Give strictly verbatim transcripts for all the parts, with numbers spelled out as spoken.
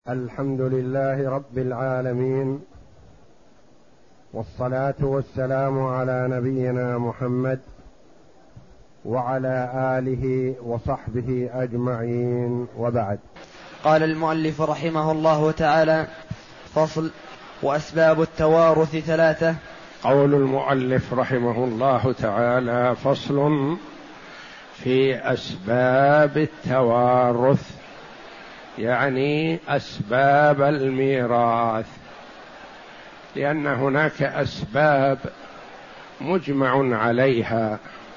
الحمد لله رب العالمين، والصلاة والسلام على نبينا محمد وعلى آله وصحبه أجمعين، وبعد. قال المؤلف رحمه الله تعالى: فصل. وأسباب التوارث ثلاثة. قول المؤلف رحمه الله تعالى: فصل في أسباب التوارث، يعني أسباب الميراث، لأن هناك أسباب مجمع عليها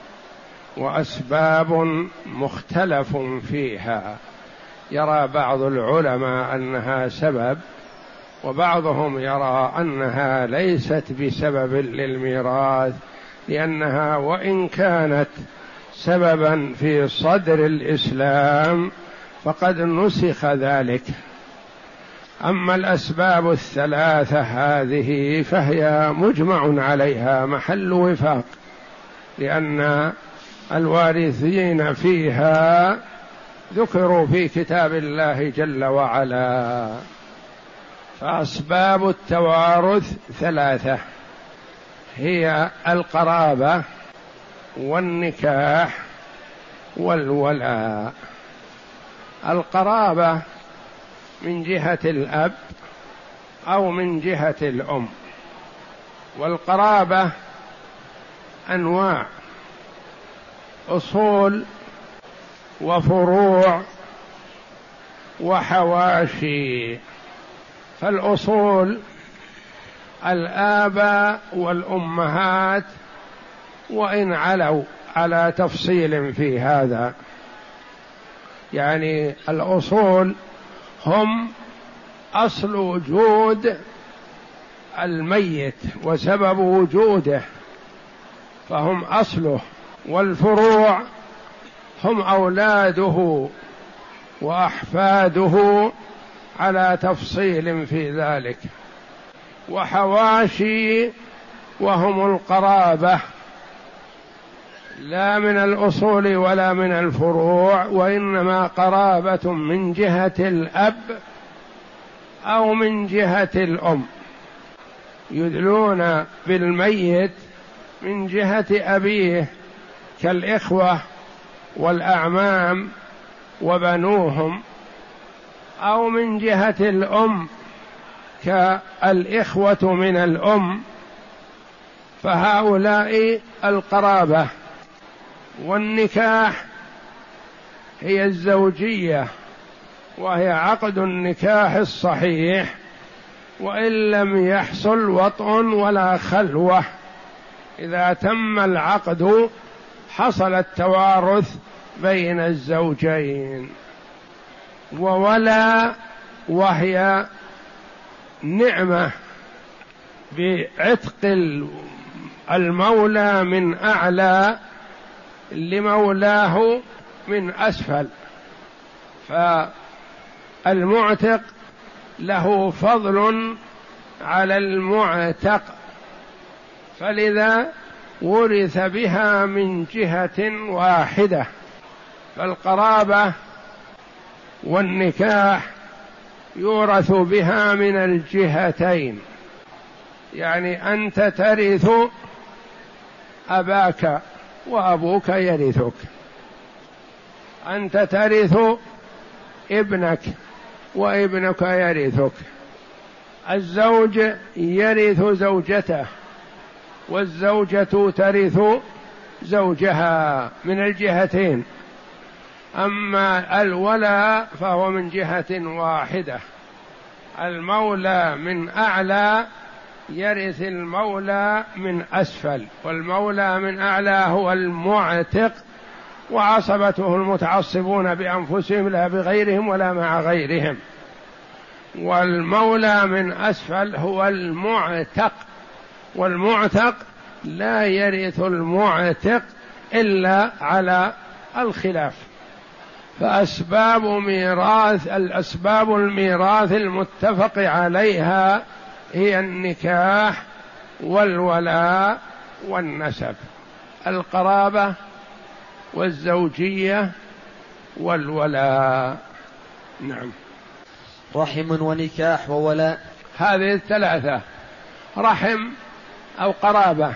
وأسباب مختلف فيها، يرى بعض العلماء أنها سبب، وبعضهم يرى أنها ليست بسبب للميراث، لأنها وإن كانت سببا في صدر الإسلام فقد نسخ ذلك. أما الأسباب الثلاثة هذه فهي مجمع عليها محل وفاق، لأن الوارثين فيها ذكروا في كتاب الله جل وعلا. فأسباب التوارث ثلاثة، هي القرابة والنكاح والولاء. القرابة من جهة الأب أو من جهة الأم، والقرابة أنواع: أصول وفروع وحواشي. فالأصول الآباء والأمهات، وإن علوا على تفصيل في هذا، يعني الأصول هم أصل وجود الميت وسبب وجوده، فهم أصله. والفروع هم أولاده وأحفاده على تفصيل في ذلك. وحواشي وهم القرابة، لا من الأصول ولا من الفروع، وإنما قرابة من جهة الأب أو من جهة الأم، يدلون بالميت من جهة أبيه كالإخوة والأعمام وبنوهم، أو من جهة الأم كالإخوة من الأم، فهؤلاء القرابة. والنكاح هي الزوجية، وهي عقد النكاح الصحيح، وإن لم يحصل وطء ولا خلوة، إذا تم العقد حصل التوارث بين الزوجين. وولا وهي نعمة بعتق المولى من أعلى لمولاه من أسفل، فالمعتق له فضل على المعتق، فلذا ورث بها من جهة واحدة. فالقرابة والنكاح يورث بها من الجهتين، يعني أنت ترث أباك وأبوك يرثك، أنت ترث ابنك وابنك يرثك، الزوج يرث زوجته والزوجة ترث زوجها من الجهتين. أما الولاء فهو من جهة واحدة، المولى من أعلى يرث المولى من أسفل، والمولى من أعلى هو المعتق، وعصبته المتعصبون بأنفسهم لا بغيرهم ولا مع غيرهم. والمولى من أسفل هو المعتق، والمعتق لا يرث المعتق إلا على الخلاف. فأسباب ميراث الأسباب الميراث المتفق عليها هي النكاح والولاء والنسب، القرابة والزوجية والولاء. نعم. رحم ونكاح وولاء. هذه الثلاثة: رحم أو قرابة،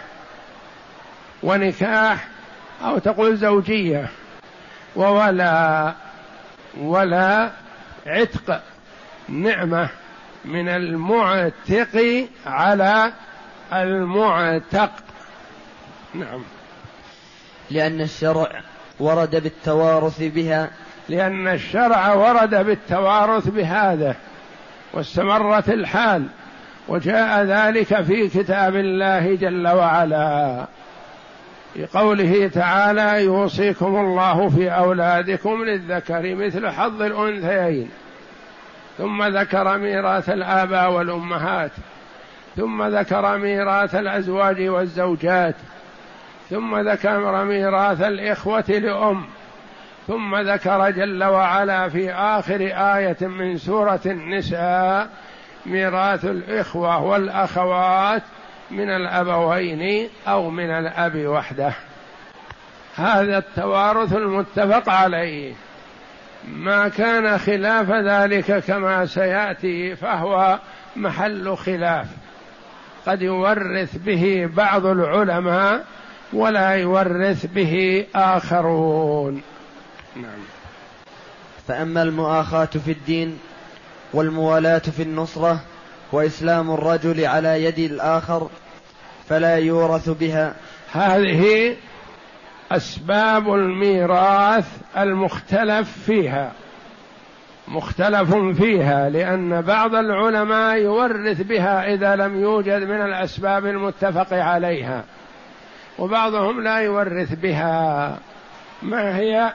ونكاح أو تقول زوجية، وولاء. ولا عتق نعمة من المعتق على المعتق. نعم. لأن الشرع ورد بالتوارث بها لأن الشرع ورد بالتوارث بهذا، واستمرت الحال، وجاء ذلك في كتاب الله جل وعلا في قوله تعالى: يوصيكم الله في أولادكم للذكر مثل حظ الأنثيين. ثم ذكر ميراث الآباء والأمهات، ثم ذكر ميراث الأزواج والزوجات، ثم ذكر ميراث الإخوة لأم، ثم ذكر جل وعلا في آخر آية من سورة النساء ميراث الإخوة والأخوات من الأبوين أو من الأب وحده. هذا التوارث المتفق عليه. ما كان خلاف ذلك كما سيأتي فهو محل خلاف، قد يورث به بعض العلماء ولا يورث به آخرون. نعم. فأما المؤاخاة في الدين والموالاة في النصرة وإسلام الرجل على يد الآخر فلا يورث بها. هذه أسباب الميراث المختلف فيها، مختلف فيها، لأن بعض العلماء يورث بها إذا لم يوجد من الأسباب المتفق عليها، وبعضهم لا يورث بها. ما هي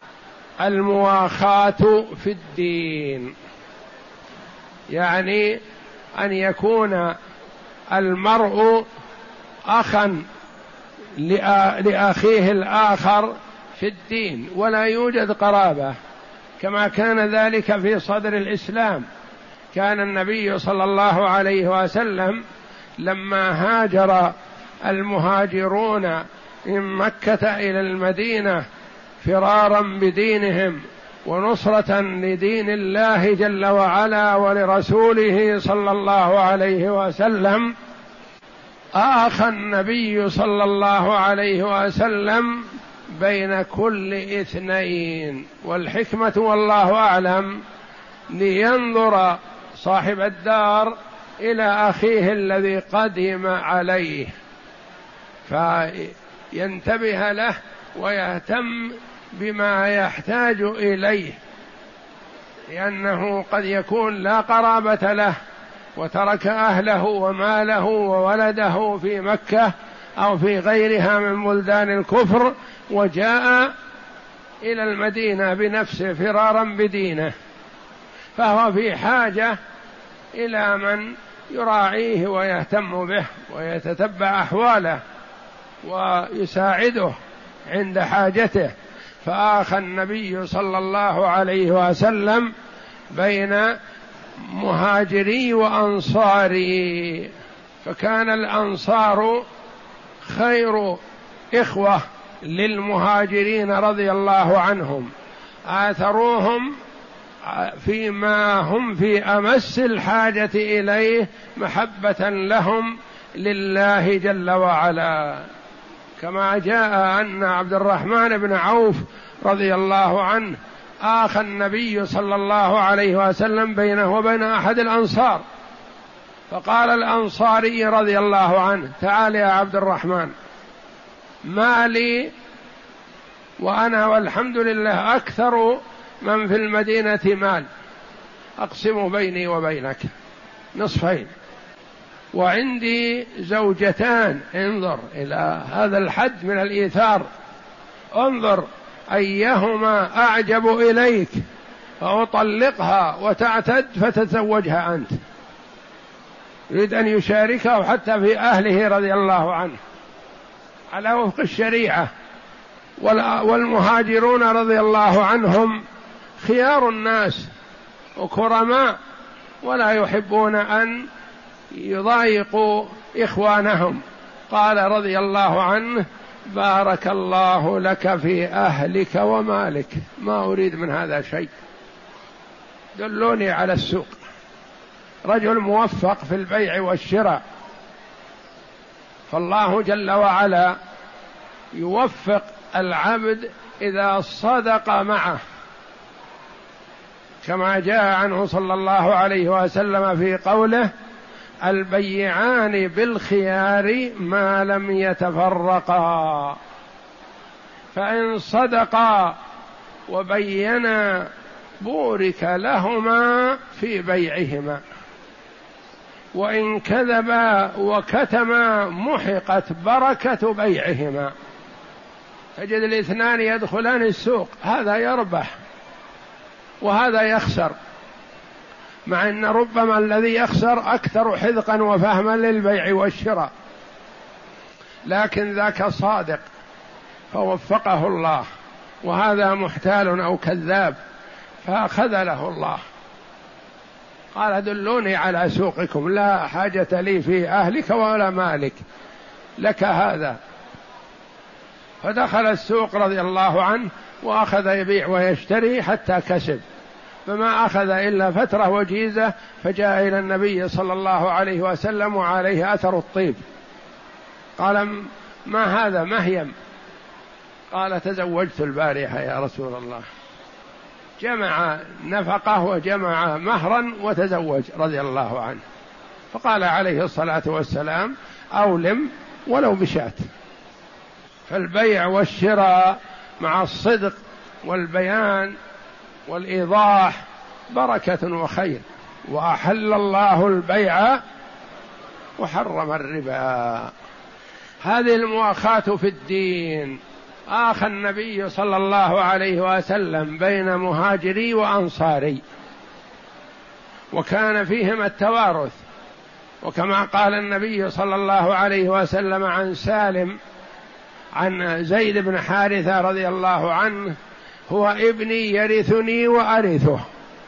المواخاة في الدين؟ يعني أن يكون المرء أخا لأخيه الآخر في الدين ولا يوجد قرابة، كما كان ذلك في صدر الإسلام. كان النبي صلى الله عليه وسلم لما هاجر المهاجرون من مكة إلى المدينة فرارا بدينهم ونصرة لدين الله جل وعلا ولرسوله صلى الله عليه وسلم، آخى النبي صلى الله عليه وسلم بين كل اثنين، والحكمة والله أعلم لينظر صاحب الدار إلى أخيه الذي قدم عليه فينتبه له ويهتم بما يحتاج إليه، لأنه قد يكون لا قرابة له وترك أهله وماله وولده في مكة أو في غيرها من بلدان الكفر وجاء إلى المدينة بنفسه فرارا بدينه، فهو في حاجة إلى من يراعيه ويهتم به ويتتبع أحواله ويساعده عند حاجته. فآخى النبي صلى الله عليه وسلم بين مهاجري وأنصاري، فكان الأنصار خير إخوة للمهاجرين رضي الله عنهم، آثروهم فيما هم في أمس الحاجة إليه محبة لهم لله جل وعلا، كما جاء أن عبد الرحمن بن عوف رضي الله عنه آخى النبي صلى الله عليه وسلم بينه وبين أحد الأنصار، فقال الأنصاري رضي الله عنه: تعال يا عبد الرحمن، ما لي وأنا والحمد لله أكثر من في المدينة مال، أقسم بيني وبينك نصفين، وعندي زوجتان، انظر إلى هذا الحد من الإيثار، انظر أيهما أعجب إليك فأطلقها وتعتد فتتزوجها أنت. يريد أن يشاركه حتى في أهله رضي الله عنه على وفق الشريعة. والمهاجرون رضي الله عنهم خيار الناس وكرماء ولا يحبون أن يضايقوا إخوانهم. قال رضي الله عنه: بارك الله لك في أهلك ومالك، ما أريد من هذا شيء. دلوني على السوق. رجل موفق في البيع والشراء، فالله جل وعلا يوفق العبد إذا صدق معه، كما جاء عنه صلى الله عليه وسلم في قوله: البيعان بالخيار ما لم يتفرقا، فإن صدقا وبينا بورك لهما في بيعهما، وإن كذبا وكتما محقت بركة بيعهما. تجد الاثنان يدخلان السوق، هذا يربح وهذا يخسر، مع أن ربما الذي يخسر أكثر حذقا وفهما للبيع والشراء، لكن ذاك صادق فوفقه الله، وهذا محتال أو كذاب فخذله الله. قال: دلوني على سوقكم، لا حاجة لي في أهلك ولا مالك، لك هذا. فدخل السوق رضي الله عنه وأخذ يبيع ويشتري حتى كسب، فما أخذ إلا فترة وجيزة، فجاء إلى النبي صلى الله عليه وسلم وعليه أثر الطيب. قال: ما هذا مهيم؟ قال: تزوجت البارحة يا رسول الله. جمع نفقه وجمع مهرا وتزوج رضي الله عنه. فقال عليه الصلاة والسلام: أولم ولو بشاة. فالبيع والشراء مع الصدق والبيان والإيضاح بركة وخير. وأحل الله البيع وحرم الربا. هذه المؤاخاة في الدين. آخى النبي صلى الله عليه وسلم بين مهاجري وأنصاري، وكان فيهم التوارث، وكما قال النبي صلى الله عليه وسلم عن سالم عن زيد بن حارثة رضي الله عنه: هو ابني يرثني وأرثه.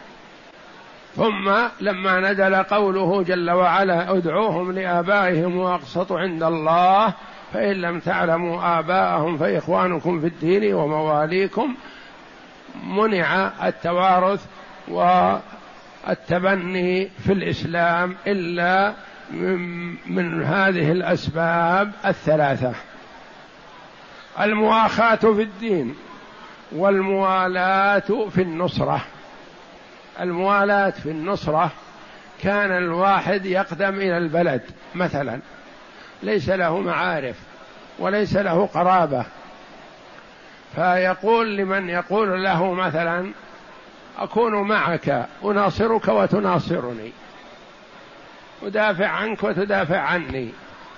ثم لما نزل قوله جل وعلا: ادعوهم لآبائهم وأقسطوا عند الله فإن لم تعلموا آباءهم فإخوانكم في الدين ومواليكم، منع التوارث والتبني في الإسلام إلا من هذه الأسباب الثلاثة: المؤاخاة في الدين، والموالاة في النصرة. الموالاة في النصرة، كان الواحد يقدم إلى البلد مثلا ليس له معارف وليس له قرابة، فيقول لمن يقول له مثلا: أكون معك أناصرك وتناصرني، أدافع عنك وتدافع عني،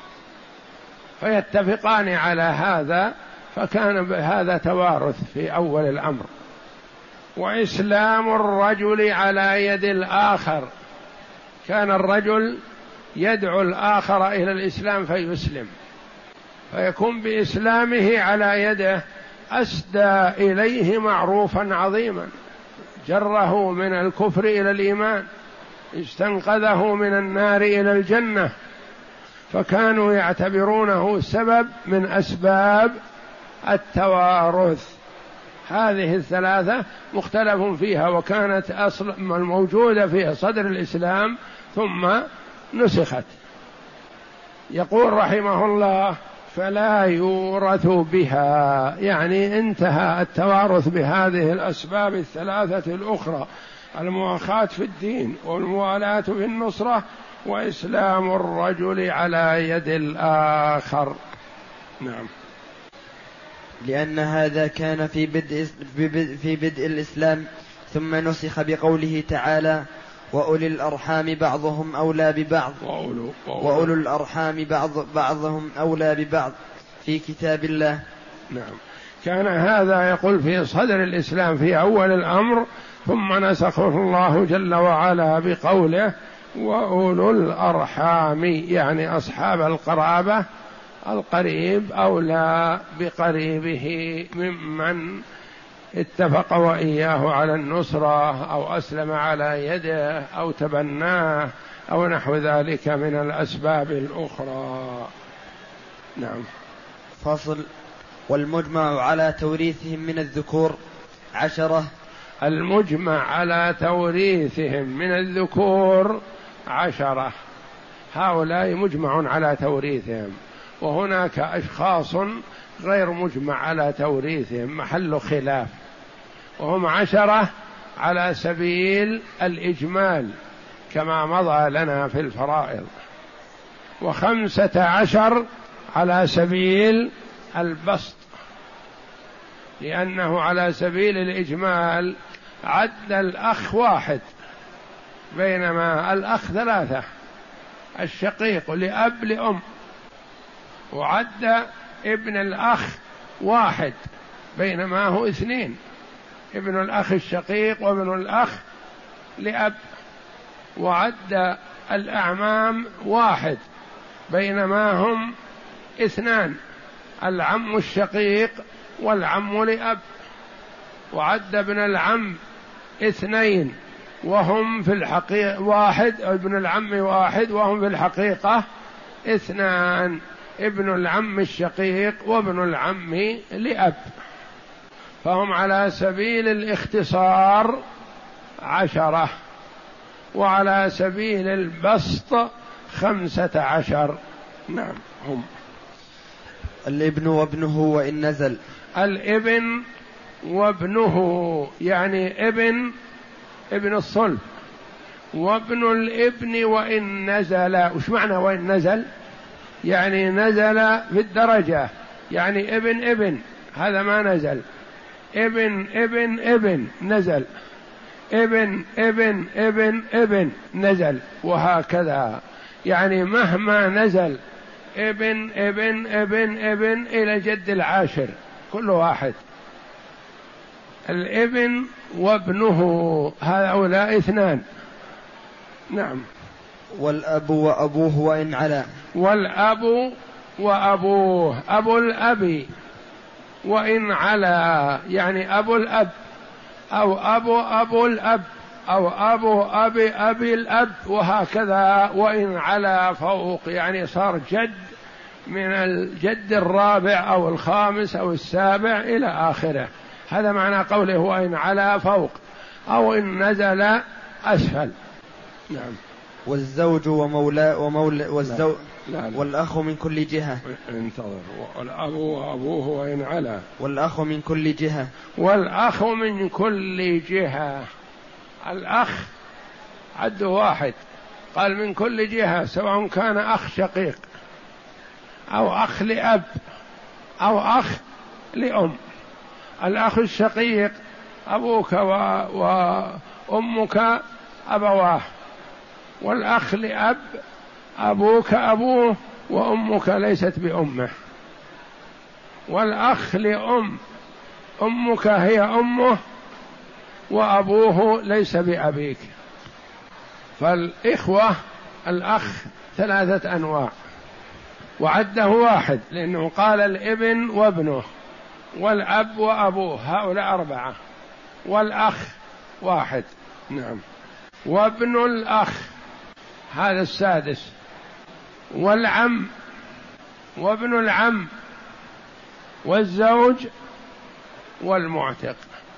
فيتفقان على هذا، فكان هذا توارث في أول الأمر. وإسلام الرجل على يد الآخر، كان الرجل يدعو الآخر إلى الإسلام فيسلم، فيكون بإسلامه على يده أسدى إليه معروفا عظيما، جره من الكفر إلى الإيمان، استنقذه من النار إلى الجنة، فكانوا يعتبرونه سبب من أسباب التوارث. هذه الثلاثة مختلف فيها، وكانت أصل الموجودة في صدر الإسلام ثم نسخت. يقول رحمه الله: فلا يورث بها، يعني انتهى التوارث بهذه الأسباب الثلاثة الأخرى: المؤاخاة في الدين، والموالاة في النصرة، وإسلام الرجل على يد الآخر. نعم. لأن هذا كان في بدء, في بدء الإسلام، ثم نسخ بقوله تعالى: وأولي الأرحام بعضهم أولى ببعض، وأولو, وأولو, وأولو الأرحام بعض بعضهم أولى ببعض في كتاب الله. نعم. كان هذا يقول في صدر الإسلام في أول الأمر، ثم نسخه الله جل وعلا بقوله: وأولو الأرحام، يعني أصحاب القرابة، القريب أولى بقريبه ممن اتفق وإياه على النصرة أو أسلم على يده أو تبناه أو نحو ذلك من الأسباب الأخرى. نعم. فصل: والمجمع على توريثهم من الذكور عشرة، المجمع على توريثهم من الذكور عشرة، هؤلاء مجمع على توريثهم، وهناك أشخاص غير مجمع على توريثهم محل خلاف، وهم عشرة على سبيل الإجمال كما مضى لنا في الفرائض، وخمسة عشر على سبيل البسط، لأنه على سبيل الإجمال عد الأخ واحد بينما الأخ ثلاثة، الشقيق لأب لأم، وعد ابن الأخ واحد بينما هو اثنين، ابن الأخ الشقيق وابن الأخ لأب، وعد الأعمام واحد بينما هم اثنان، العم الشقيق والعم لأب، وعد ابن العم اثنين وهم في الحقيقة واحد، ابن العم واحد وهم في الحقيقة اثنان، ابن العم الشقيق وابن العم لأب، فهم على سبيل الاختصار عشرة، وعلى سبيل البسط خمسة عشر. نعم، هم الابن وابنه وإن نزل. الابن وابنه يعني ابن ابن الصلب، وابن الابن وإن نزل. وش معنى وإن نزل؟ يعني نزل في الدرجة، يعني ابن ابن هذا ما نزل، ابن ابن ابن نزل، ابن ابن ابن ابن نزل، وهكذا، يعني مهما نزل ابن ابن ابن ابن إلى جد العاشر كل واحد. الابن وابنه هؤلاء اثنان. نعم. والأب وأبوه وإن علا. والأب وأبوه، أبو الأب وإن علا، يعني أبو الأب أو أبو أبو الأب أو أبو أبي أبي الأب، وهكذا، وإن علا فوق، يعني صار جد من الجد الرابع أو الخامس أو السابع إلى آخره. هذا معنى قوله وإن علا فوق، أو إن نزل أسفل. نعم. والزوج ومولى ومولى والزوج لا لا لا. والأخ من كل جهة. انتظر. والأب وأبوه وإن علا. والأخ من كل جهة. والأخ من كل جهة. الأخ عد واحد، قال من كل جهة، سواء كان أخ شقيق أو أخ لأب أو أخ لأم. الأخ الشقيق أبوك وأمك أبواه، والأخ لأب أبوك أبوه وأمك ليست بأمه، والأخ لأم أمك هي أمه وأبوه ليس بأبيك. فالإخوة الأخ ثلاثة أنواع، وعده واحد لأنه قال الابن وابنه، والأب وأبوه هؤلاء أربعة، والأخ واحد. نعم. وابن الأخ هذا السادس، والعم وابن العم والزوج والمعتق،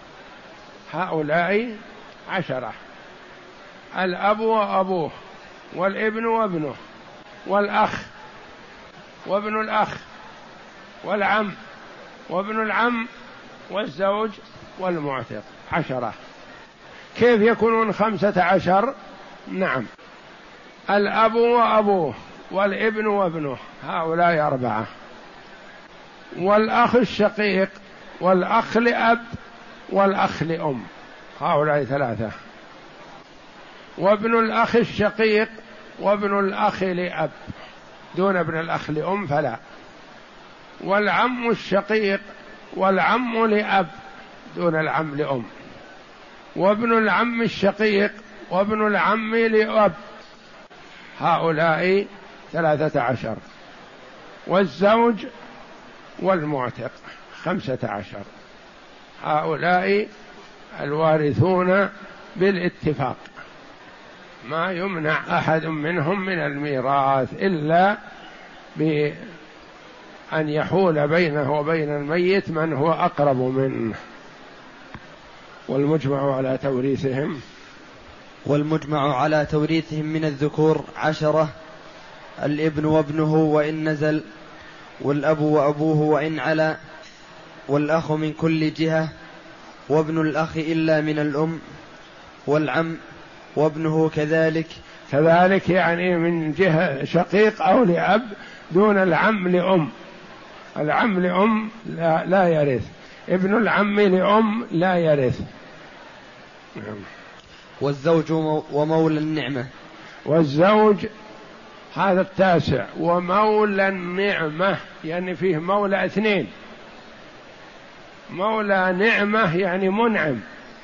هؤلاء عشرة. الأب وأبوه والابن وابنه والأخ وابن الأخ والعم وابن العم والزوج والمعتق، عشرة. كيف يكونون خمسة عشر؟ نعم، الأب وأبوه والابن وابنه هؤلاء أربعة، والأخ الشقيق والأخ لأب والأخ لأم هؤلاء ثلاثة، وابن الأخ الشقيق وابن الأخ لأب دون ابن الأخ لأم فلا، والعم الشقيق والعم لأب دون العم لأم، وابن العم الشقيق وابن العم لأب هؤلاء ثلاثة عشر، والزوج والمعتق خمسة عشر، هؤلاء الوارثون بالاتفاق، ما يمنع أحد منهم من الميراث إلا بأن يحول بينه وبين الميت من هو أقرب منه. والمجمع على توريثهم والمجمع على توريثهم من الذكور عشرة: الابن وابنه وإن نزل، والأب وأبوه وإن علا، والأخ من كل جهة، وابن الأخ إلا من الأم، والعم وابنه كذلك. كذلك يعني من جهة شقيق أو لأب دون العم لأم. العم لأم لا, لا يرث، ابن العم لأم لا يرث. والزوج ومولى النعمة. والزوج هذا التاسع. ومولى النعمة يعني فيه مولى اثنين، مولى نعمة يعني منعم،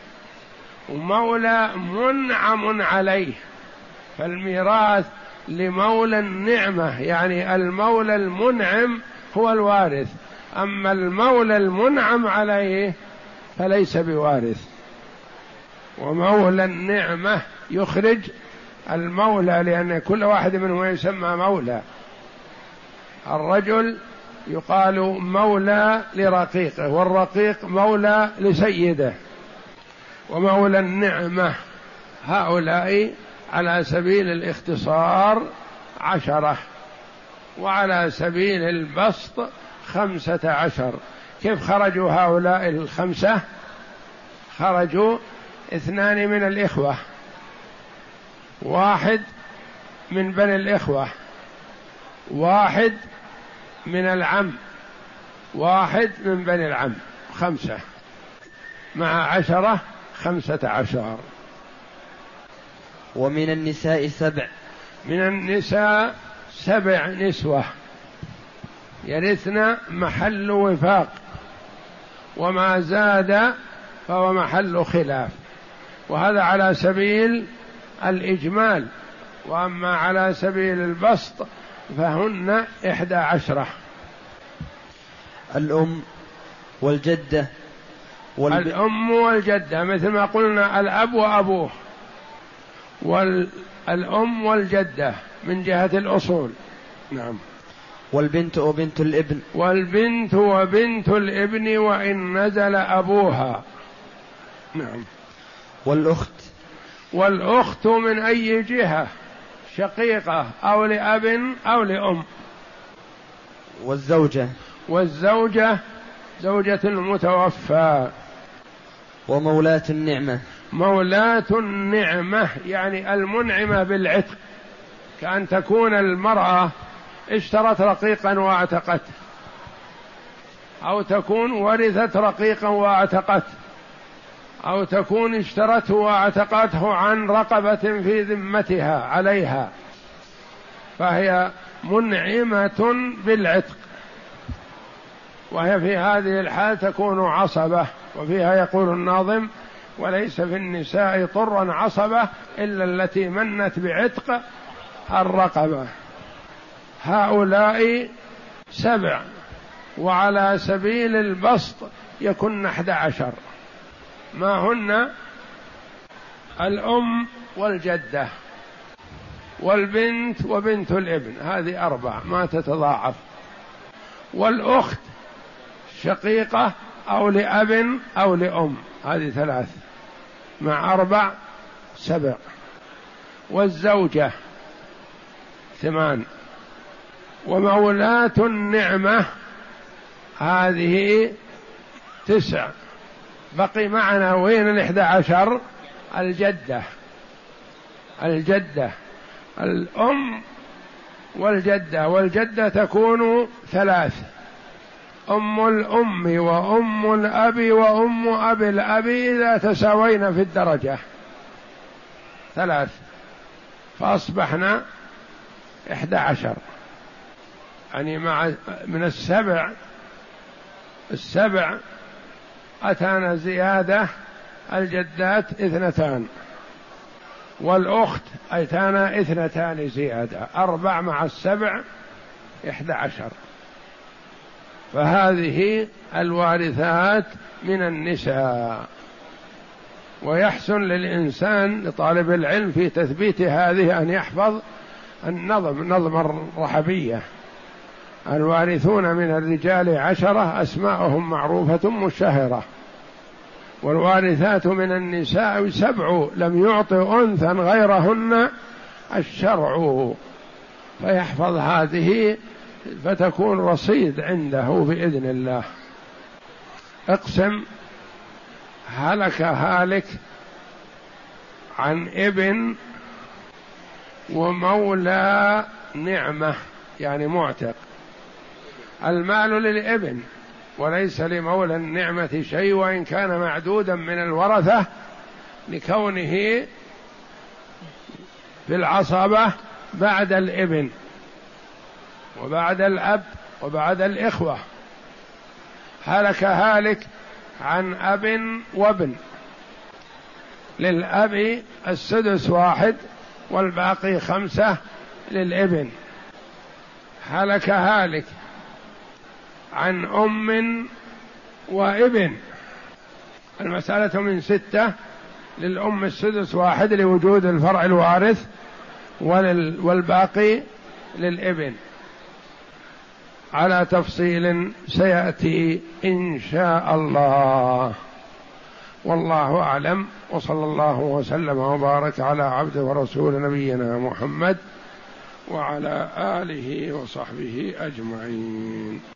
ومولى منعم عليه. فالميراث لمولى النعمة يعني المولى المنعم هو الوارث، أما المولى المنعم عليه فليس بوارث. ومولى النعمة يخرج المولى، لأن كل واحد منهم يسمى مولى. الرجل يقال مولى لرقيقه، والرقيق مولى لسيده. ومولى النعمة هؤلاء على سبيل الاختصار عشرة، وعلى سبيل البسط خمسة عشر. كيف خرجوا هؤلاء الخمسة؟ خرجوا اثنان من الإخوة، واحد من بني الإخوة، واحد من العم، واحد من بني العم، خمسة مع عشرة خمسة عشر. ومن النساء سبع. من النساء سبع نسوة يرثن محل وفاق، وما زاد فهو محل خلاف، وهذا على سبيل الإجمال. وأما على سبيل البسط فهن إحدى عشرة: الأم والجدة والب... الأم والجدة مثل ما قلنا الأب وأبوه، والأم والجدة من جهة الأصول. نعم. والبنت وبنت الابن. والبنت وبنت الابن وإن نزل أبوها. نعم. والأخت. والأخت من أي جهة، شقيقة أو لأب أو لأم. والزوجة. والزوجة زوجة المتوفى. ومولاة النعمة. مولاة النعمة يعني المنعمة بالعتق، كأن تكون المرأة اشترت رقيقا واعتقته، أو تكون ورثت رقيقا واعتقته، أو تكون اشترته واعتقته عن رقبة في ذمتها عليها، فهي منعمة بالعتق، وهي في هذه الحال تكون عصبة. وفيها يقول الناظم: وليس في النساء طرا عصبة إلا التي منت بعتق الرقبة. هؤلاء سبع، وعلى سبيل البسط يكن أحد عشر. ما هن؟ الأم والجدة والبنت وبنت الابن، هذه أربع ما تتضاعف. والأخت شقيقة أو لأب أو لأم، هذه ثلاث مع أربع سبع. والزوجة ثمان. ومولاة النعمة هذه تسع. بقي معنا وين الإحدى عشر؟ الجدة. الجدة الأم والجدة، والجدة تكون ثلاث: أم الأم وأم الأب وأم أبي الأب إذا تساوينا في الدرجة، ثلاث، فأصبحنا إحدى عشر. يعني مع من السبع السبع أتانا زيادة الجدات اثنتان، والأخت أتانا اثنتان زيادة، أربع مع السبع إحدى عشر. فهذه الوارثات من النساء. ويحسن للإنسان لطالب العلم في تثبيت هذه أن يحفظ النظم، نظم الرحبية: الوارثون من الرجال عشرة أسماءهم معروفة مشتهرة، والوارثات من النساء سبع لم يعط أنثى غيرهن الشرع، فيحفظ هذه فتكون رصيد عنده بإذن الله. اقسم هلك هالك عن ابن ومولى نعمة يعني معتق. المال للابن وليس لمولى النعمة شيء، وإن كان معدودا من الورثة لكونه في العصبة بعد الابن وبعد الأب وبعد الإخوة. هلك هالك عن أب وابن، للأب السدس واحد والباقي خمسة للابن. هلك هالك عن أم وابن، المسألة من ستة، للأم السدس واحد لوجود الفرع الوارث، والباقي للابن على تفصيل سيأتي إن شاء الله. والله أعلم، وصلى الله وسلم وبارك على عبد ورسول نبينا محمد وعلى آله وصحبه أجمعين.